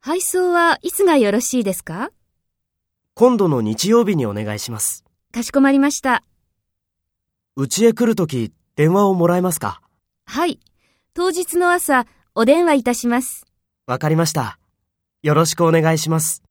配送はいつがよろしいですか？ 今度の日曜日にお願いします。 かしこまりました。 うちへ来るとき、電話をもらえますか？ はい。当日の朝、お電話いたします。 わかりました。よろしくお願いします。